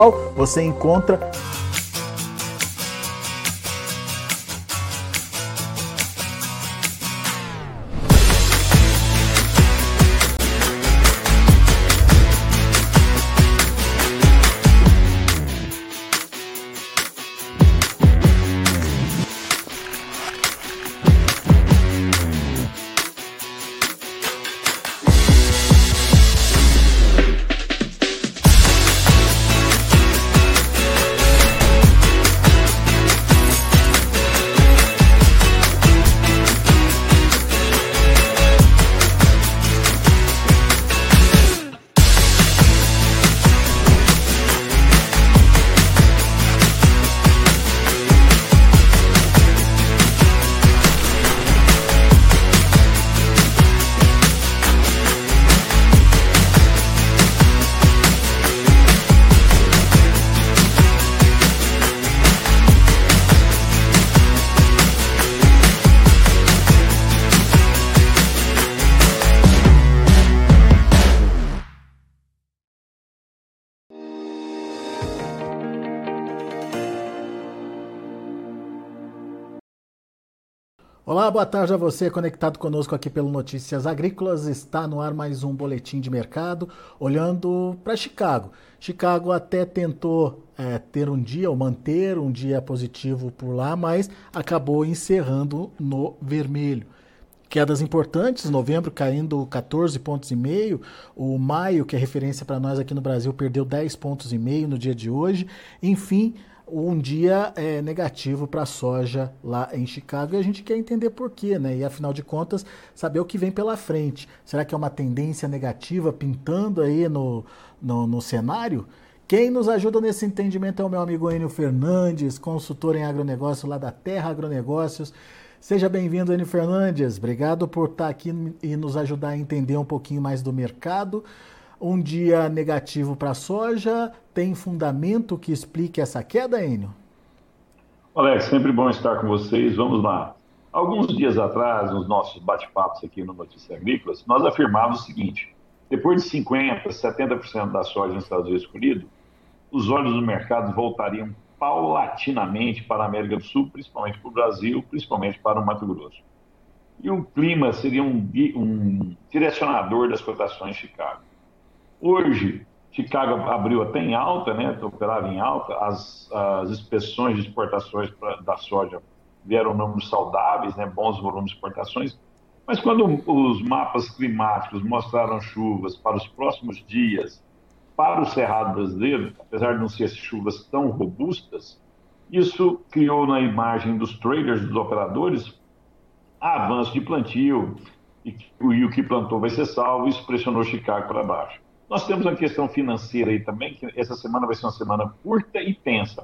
você encontra. Olá, boa tarde a você conectado conosco aqui pelo Notícias Agrícolas. Está no ar mais um boletim de mercado, olhando para Chicago. Chicago até tentou ter um dia, ou manter um dia positivo por lá, mas acabou encerrando no vermelho. Quedas importantes, novembro caindo 14,5 pontos, o maio, que é referência para nós aqui no Brasil, perdeu 10,5 pontos no dia de hoje. Enfim, um dia negativo para a soja lá em Chicago, e a gente quer entender por quê, né? E afinal de contas, saber o que vem pela frente. Será que é uma tendência negativa pintando aí no cenário? Quem nos ajuda nesse entendimento é o meu amigo Enio Fernandes, consultor em agronegócio lá da Terra Agronegócios. Seja bem-vindo, Enio Fernandes. Obrigado por estar aqui e nos ajudar a entender um pouquinho mais do mercado. Um dia negativo para a soja, tem fundamento que explique essa queda, Enio? Alex, sempre bom estar com vocês. Vamos lá. Alguns dias atrás, nos nossos bate-papos aqui no Notícias Agrícolas, nós afirmávamos o seguinte: depois de 50%, 70% da soja nos Estados Unidos colhido, os olhos do mercado voltariam paulatinamente para a América do Sul, principalmente para o Brasil, principalmente para o Mato Grosso. E o clima seria um direcionador das cotações de Chicago. Hoje, Chicago abriu até em alta, né? Operava em alta. As inspeções de exportações da soja vieram números saudáveis, né? Bons volumes de exportações. Mas quando os mapas climáticos mostraram chuvas para os próximos dias para o Cerrado brasileiro, apesar de não ser chuvas tão robustas, isso criou na imagem dos traders, dos operadores, avanço de plantio, e o que plantou vai ser salvo. Isso pressionou Chicago para baixo. Nós temos uma questão financeira aí também, que essa semana vai ser uma semana curta e tensa.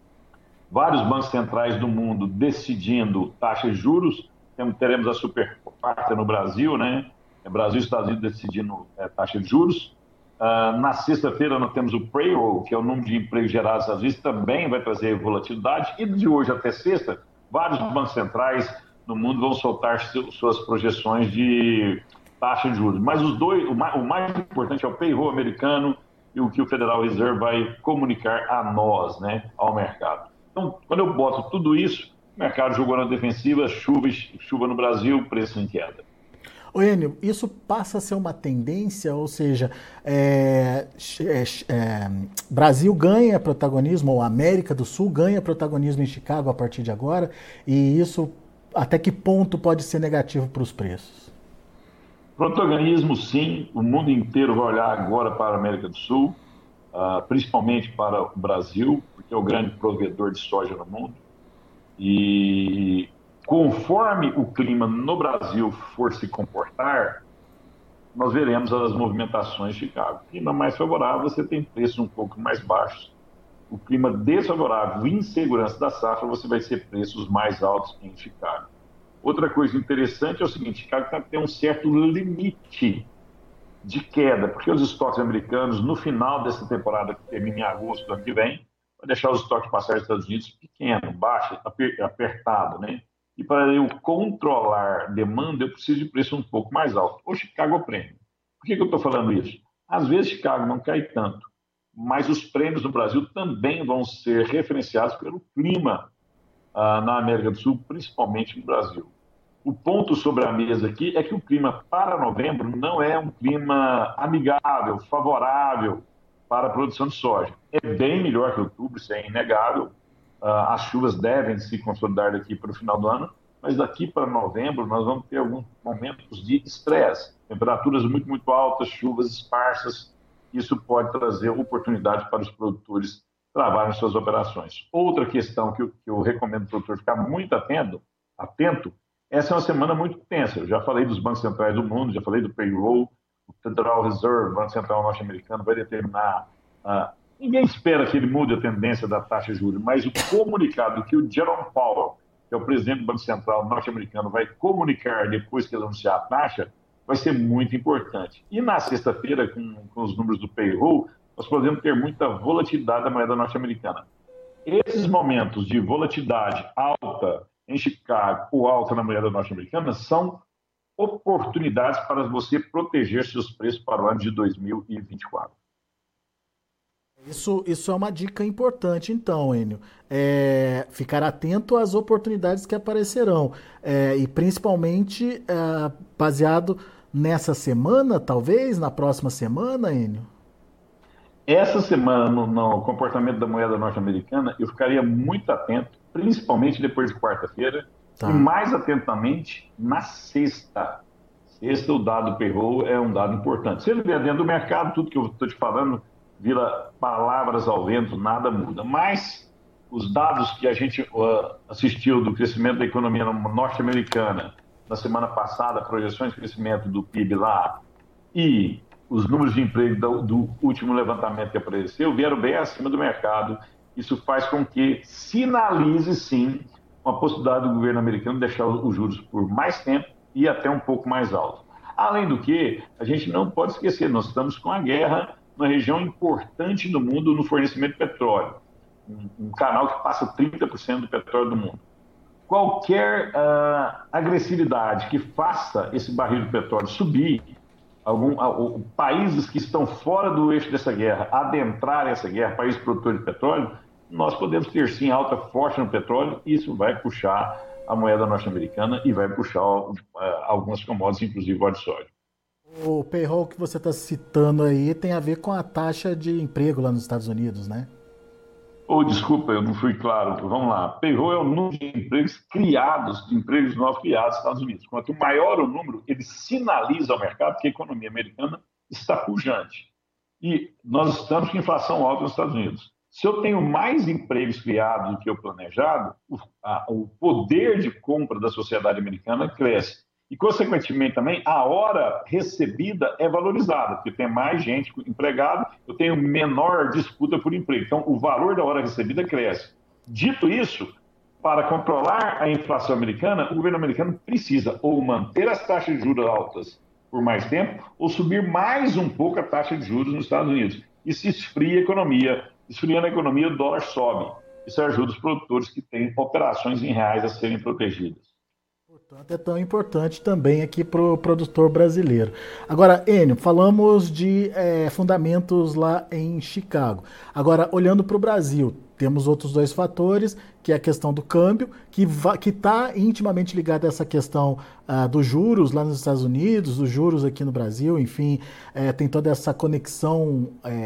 Vários bancos centrais do mundo decidindo taxas de juros. Teremos a super quarta no Brasil, né? Brasil e Estados Unidos decidindo taxa de juros. Na sexta-feira nós temos o payroll, que é o número de empregos gerados nos Estados Unidos, também vai trazer volatilidade. E de hoje até sexta, vários bancos centrais no mundo vão soltar suas projeções de taxa de juros. Mas o mais importante é o payroll americano e o que o Federal Reserve vai comunicar a nós, né, ao mercado. Então, quando eu boto tudo isso, o mercado jogou na defensiva, chuva no Brasil, preço em queda. Ô Enio, isso passa a ser uma tendência, ou seja, Brasil ganha protagonismo, ou América do Sul ganha protagonismo em Chicago a partir de agora, e isso até que ponto pode ser negativo para os preços? Protagonismo, sim. O mundo inteiro vai olhar agora para a América do Sul, principalmente para o Brasil, porque é o grande provedor de soja no mundo. E conforme o clima no Brasil for se comportar, nós veremos as movimentações de Chicago. O clima mais favorável, você tem preços um pouco mais baixos. O clima desfavorável, insegurança da safra, você vai ter preços mais altos em Chicago. Outra coisa interessante é o seguinte: Chicago tem um certo limite de queda, porque os estoques americanos, no final dessa temporada, que termina em agosto do ano que vem, vai deixar os estoques passar dos Estados Unidos pequeno, baixo, apertado, né? E para eu controlar demanda, eu preciso de preço um pouco mais alto. O Chicago Premium. Por que eu estou falando isso? Às vezes Chicago não cai tanto, mas os prêmios no Brasil também vão ser referenciados pelo clima na América do Sul, principalmente no Brasil. O ponto sobre a mesa aqui é que o clima para novembro não é um clima amigável, favorável para a produção de soja. É bem melhor que outubro, isso é inegável. As chuvas devem se consolidar daqui para o final do ano, mas daqui para novembro nós vamos ter alguns momentos de estresse, temperaturas muito, muito altas, chuvas esparsas. Isso pode trazer oportunidade para os produtores trabalharem suas operações. Outra questão que eu recomendo ao produtor ficar muito atento, essa é uma semana muito tensa. Eu já falei dos bancos centrais do mundo, já falei do payroll, o Federal Reserve, o Banco Central norte-americano, vai determinar. Ninguém espera que ele mude a tendência da taxa de juros, mas o comunicado que o Jerome Powell, que é o presidente do Banco Central norte-americano, vai comunicar depois que ele anunciar a taxa, vai ser muito importante. E na sexta-feira, com os números do payroll, nós podemos ter muita volatilidade da moeda norte-americana. Esses momentos de volatilidade alta em Chicago ou alta na moeda norte-americana são oportunidades para você proteger seus preços para o ano de 2024. Isso é uma dica importante, então, Enio. Ficar atento às oportunidades que aparecerão. E principalmente baseado nessa semana, talvez, na próxima semana, Enio? Essa semana, no comportamento da moeda norte-americana, eu ficaria muito atento, principalmente depois de quarta-feira, e mais atentamente na sexta. Sexta, o dado payroll é um dado importante. Se ele vier dentro do mercado, tudo que eu estou te falando vira palavras ao vento, nada muda. Mas os dados que a gente assistiu do crescimento da economia norte-americana na semana passada, projeções de crescimento do PIB lá, e os números de emprego do último levantamento que apareceu vieram bem acima do mercado. Isso faz com que sinalize, sim, uma possibilidade do governo americano deixar os juros por mais tempo e até um pouco mais alto. Além do que, a gente não pode esquecer, nós estamos com a guerra numa região importante do mundo no fornecimento de petróleo, um canal que passa 30% do petróleo do mundo. Qualquer agressividade que faça esse barril de petróleo subir, países que estão fora do eixo dessa guerra adentrarem essa guerra, países produtores de petróleo, nós podemos ter sim alta forte no petróleo, e isso vai puxar a moeda norte-americana e vai puxar algumas commodities, inclusive óleo de soja. O payroll que você está citando aí tem a ver com a taxa de emprego lá nos Estados Unidos, né? Desculpa, eu não fui claro. Vamos lá. Payroll é o número de empregos criados, de empregos novos criados nos Estados Unidos. Quanto maior o número, ele sinaliza ao mercado que a economia americana está pujante. E nós estamos com inflação alta nos Estados Unidos. Se eu tenho mais empregos criados do que o planejado, o poder de compra da sociedade americana cresce. E, consequentemente, também a hora recebida é valorizada, porque tem mais gente empregada, eu tenho menor disputa por emprego. Então, o valor da hora recebida cresce. Dito isso, para controlar a inflação americana, o governo americano precisa ou manter as taxas de juros altas por mais tempo, ou subir mais um pouco a taxa de juros nos Estados Unidos. Isso esfria a economia. Esfriando a economia, o dólar sobe. Isso ajuda os produtores que têm operações em reais a serem protegidas. Portanto, é tão importante também aqui para o produtor brasileiro. Agora, Enio, falamos de fundamentos lá em Chicago. Agora, olhando para o Brasil, temos outros dois fatores, que é a questão do câmbio, que está intimamente ligada a essa questão dos juros lá nos Estados Unidos, dos juros aqui no Brasil, enfim, tem toda essa conexão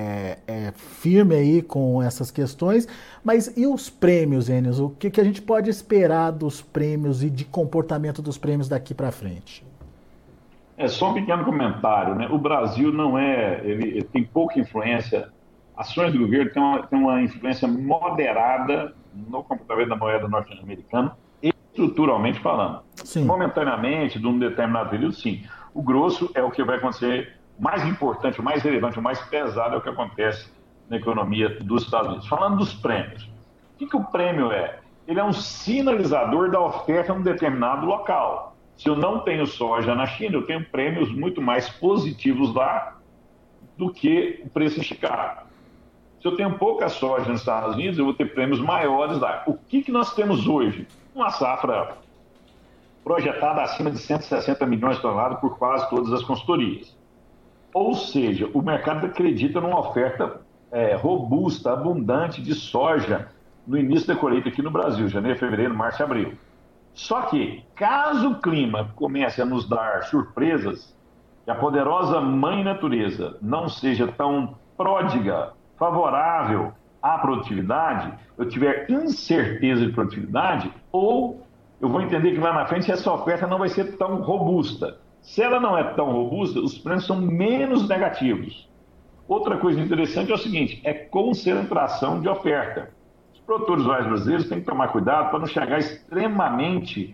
firme aí com essas questões. Mas e os prêmios, Enio? O que a gente pode esperar dos prêmios e de comportamento dos prêmios daqui para frente? Só um pequeno comentário, né? O Brasil ele tem pouca influência. Ações do governo têm uma influência moderada no comportamento da moeda norte-americana, estruturalmente falando. Sim. Momentaneamente, de um determinado período, sim. O grosso é o que vai acontecer, mais importante, o mais relevante, o mais pesado é o que acontece na economia dos Estados Unidos. Falando dos prêmios, o que o prêmio é? Ele é um sinalizador da oferta em um determinado local. Se eu não tenho soja na China, eu tenho prêmios muito mais positivos lá do que o preço em Chicago. Se eu tenho pouca soja nos Estados Unidos, eu vou ter prêmios maiores lá. O que nós temos hoje? Uma safra projetada acima de 160 milhões de toneladas por quase todas as consultorias. Ou seja, o mercado acredita numa oferta robusta, abundante de soja no início da colheita aqui no Brasil, janeiro, fevereiro, março e abril. Só que, caso o clima comece a nos dar surpresas, que a poderosa mãe natureza não seja tão pródiga, favorável à produtividade, eu tiver incerteza de produtividade, ou eu vou entender que lá na frente essa oferta não vai ser tão robusta. Se ela não é tão robusta, os prêmios são menos negativos. Outra coisa interessante é o seguinte, é concentração de oferta. Os produtores rurais brasileiros têm que tomar cuidado para não chegar extremamente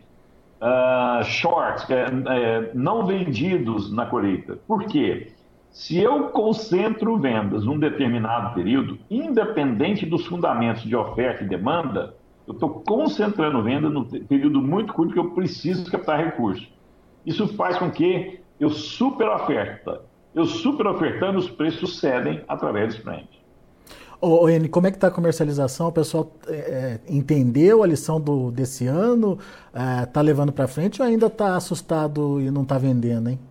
shorts, não vendidos na colheita. Por quê? Se eu concentro vendas num determinado período, independente dos fundamentos de oferta e demanda, eu estou concentrando venda num período muito curto que eu preciso captar recursos. Isso faz com que eu superoferta. Eu superofertando, os preços cedem através dos prêmios. Ô, Eni, como é que está a comercialização? O pessoal entendeu a lição desse ano? Está levando para frente ou ainda está assustado e não está vendendo, hein?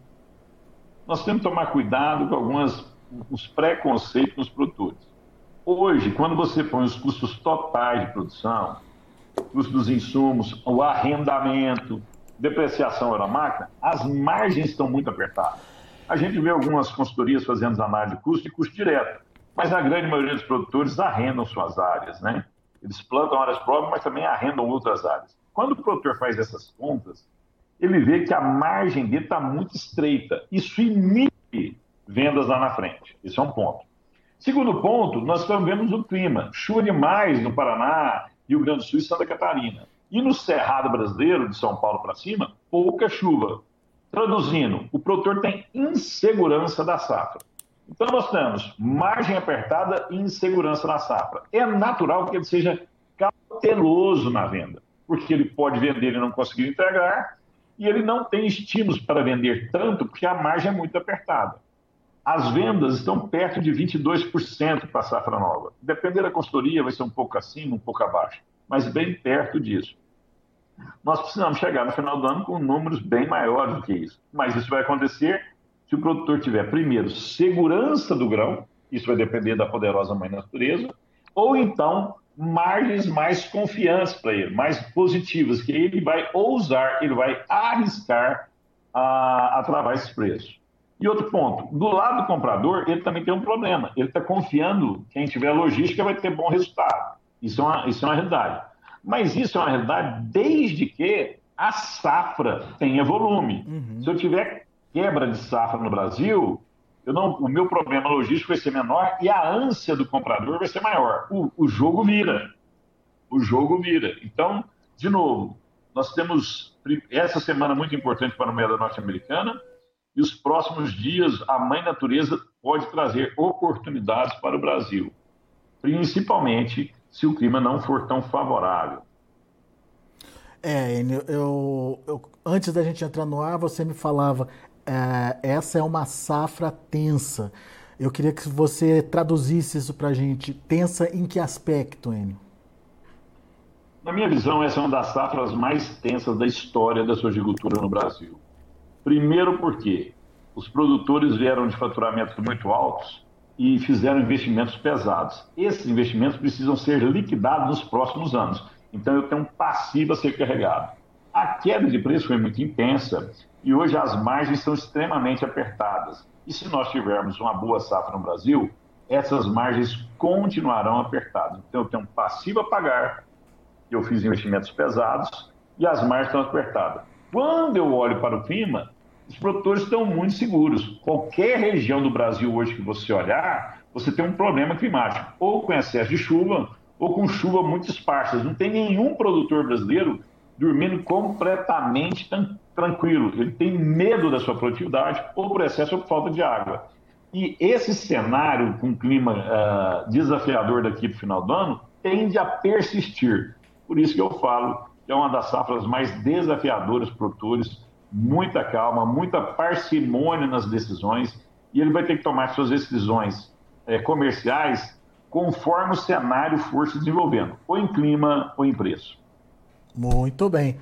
Nós temos que tomar cuidado com os preconceitos nos produtores. Hoje, quando você põe os custos totais de produção, custo dos insumos, o arrendamento, depreciação da máquina, as margens estão muito apertadas. A gente vê algumas consultorias fazendo análise de custo e custo direto, mas a grande maioria dos produtores arrendam suas áreas, né? Eles plantam áreas próprias, mas também arrendam outras áreas. Quando o produtor faz essas contas, ele vê que a margem dele está muito estreita. Isso inibe vendas lá na frente. Esse é um ponto. Segundo ponto, nós estamos vendo o clima. Chuva demais no Paraná, Rio Grande do Sul e Santa Catarina. E no Cerrado brasileiro, de São Paulo para cima, pouca chuva. Traduzindo, o produtor tem insegurança da safra. Então nós temos margem apertada e insegurança na safra. É natural que ele seja cauteloso na venda, porque ele pode vender e não conseguir entregar, e ele não tem estímulos para vender tanto, porque a margem é muito apertada. As vendas estão perto de 22% para a safra nova. Dependendo da consultoria, vai ser um pouco acima, um pouco abaixo, mas bem perto disso. Nós precisamos chegar no final do ano com números bem maiores do que isso. Mas isso vai acontecer se o produtor tiver, primeiro, segurança do grão, isso vai depender da poderosa mãe natureza, ou então margens mais confiantes para ele, mais positivas, que ele vai ousar, ele vai arriscar a travar esses preços. E outro ponto, do lado do comprador, ele também tem um problema. Ele está confiando que quem tiver logística vai ter bom resultado. Isso é uma realidade. Mas isso é uma realidade desde que a safra tenha volume. Uhum. Se eu tiver quebra de safra no Brasil, o meu problema logístico vai ser menor e a ânsia do comprador vai ser maior. O jogo vira. O jogo vira. Então, de novo, nós temos essa semana muito importante para a moeda norte-americana e os próximos dias a mãe natureza pode trazer oportunidades para o Brasil, principalmente se o clima não for tão favorável. Antes da gente entrar no ar, você me falava, essa é uma safra tensa. Eu queria que você traduzisse isso para a gente. Tensa em que aspecto, Enio? Na minha visão, essa é uma das safras mais tensas da história da sojicultura no Brasil. Primeiro porque os produtores vieram de faturamentos muito altos e fizeram investimentos pesados. Esses investimentos precisam ser liquidados nos próximos anos. Então, eu tenho um passivo a ser carregado. A queda de preço foi muito intensa e hoje as margens são extremamente apertadas. E se nós tivermos uma boa safra no Brasil, essas margens continuarão apertadas. Então, eu tenho um passivo a pagar, eu fiz investimentos pesados e as margens estão apertadas. Quando eu olho para o clima, os produtores estão muito seguros. Qualquer região do Brasil hoje que você olhar, você tem um problema climático, ou com excesso de chuva, ou com chuva muito esparsa. Não tem nenhum produtor brasileiro dormindo completamente tranquilo. Ele tem medo da sua produtividade, ou por excesso ou por falta de água. E esse cenário com clima desafiador daqui para o final do ano tende a persistir. Por isso que eu falo que é uma das safras mais desafiadoras para os produtores, muita calma, muita parcimônia nas decisões, e ele vai ter que tomar suas decisões comerciais conforme o cenário for se desenvolvendo, ou em clima ou em preço. Muito bem.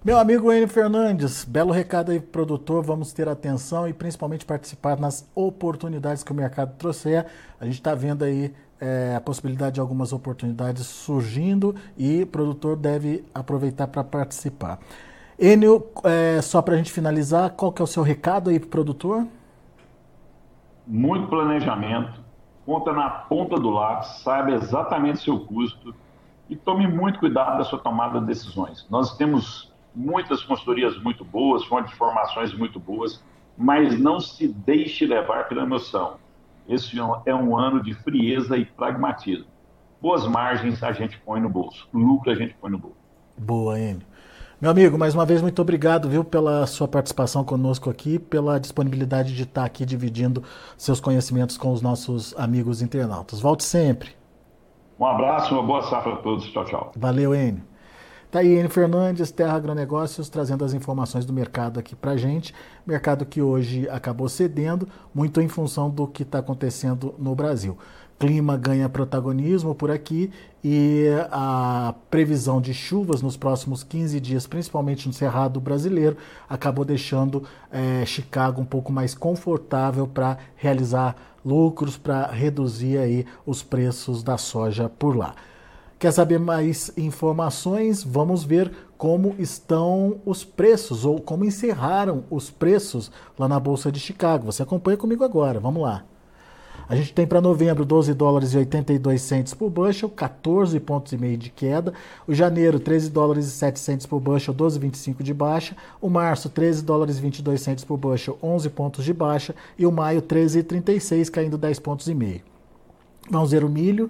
Meu amigo Enio Fernandes, belo recado aí pro produtor, vamos ter atenção e principalmente participar nas oportunidades que o mercado trouxer. A gente está vendo aí a possibilidade de algumas oportunidades surgindo e o produtor deve aproveitar para participar. Enio, só para a gente finalizar, qual que é o seu recado aí pro produtor? Muito planejamento, conta na ponta do lápis, saiba exatamente o seu custo e tome muito cuidado da sua tomada de decisões. Nós temos muitas consultorias muito boas, fontes de informações muito boas, mas não se deixe levar pela emoção. Esse é um ano de frieza e pragmatismo. Boas margens a gente põe no bolso, lucro a gente põe no bolso. Boa, Enio. Meu amigo, mais uma vez, muito obrigado, viu, pela sua participação conosco aqui, pela disponibilidade de estar aqui dividindo seus conhecimentos com os nossos amigos internautas. Volte sempre. Um abraço, uma boa safra a todos. Tchau, tchau. Valeu, Enio. Tá aí, Enio Fernandes, Terra Agronegócios, trazendo as informações do mercado aqui pra gente. Mercado que hoje acabou cedendo, muito em função do que está acontecendo no Brasil. Clima ganha protagonismo por aqui e a previsão de chuvas nos próximos 15 dias, principalmente no Cerrado brasileiro, acabou deixando Chicago um pouco mais confortável para realizar lucros, para reduzir aí os preços da soja por lá. Quer saber mais informações? Vamos ver como estão os preços ou como encerraram os preços lá na Bolsa de Chicago. Você acompanha comigo agora, vamos lá. A gente tem para novembro 12 dólares e 82 centes por bushel, 14,5 pontos de queda. O janeiro 13 dólares e 7 centes por bushel, 12,25 de baixa. O março 13 dólares e 22 centes por bushel, 11 pontos de baixa. E o maio 13,36, caindo 10 pontos e meio. Vamos ver o milho.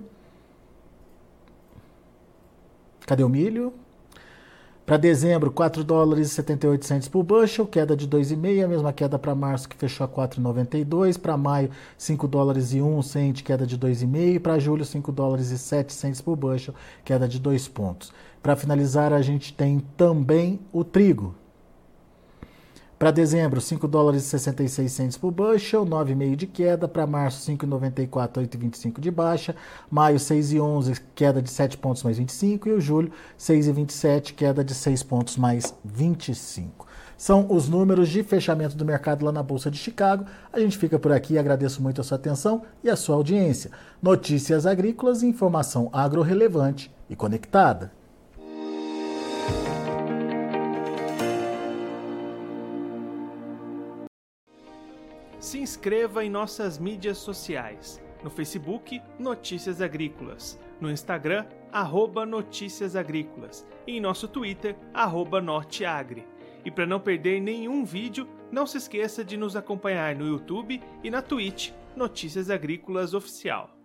Cadê o milho? Para dezembro, 4 dólares e 78 centes por bushel, queda de 2,5, a mesma queda para março, que fechou a 4,92. Para maio, 5 dólares e 1 cente, queda de 2,5. Para julho, 5 dólares e 7 centes por bushel, queda de 2 pontos. Para finalizar, a gente tem também o trigo. Para dezembro, 5 dólares e 66 centes por bushel, 9,5 de queda. Para março, 5,94, 8,25 de baixa. Maio, 6,11, queda de 7 pontos mais 25. E o julho, 6,27, queda de 6 pontos mais 25. São os números de fechamento do mercado lá na Bolsa de Chicago. A gente fica por aqui, agradeço muito a sua atenção e a sua audiência. Notícias agrícolas, informação agro-relevante e conectada. Se inscreva em nossas mídias sociais. No Facebook, Notícias Agrícolas. No Instagram, @Notícias Agrícolas. E em nosso Twitter, @Norteagri. E para não perder nenhum vídeo, não se esqueça de nos acompanhar no YouTube e na Twitch, Notícias Agrícolas Oficial.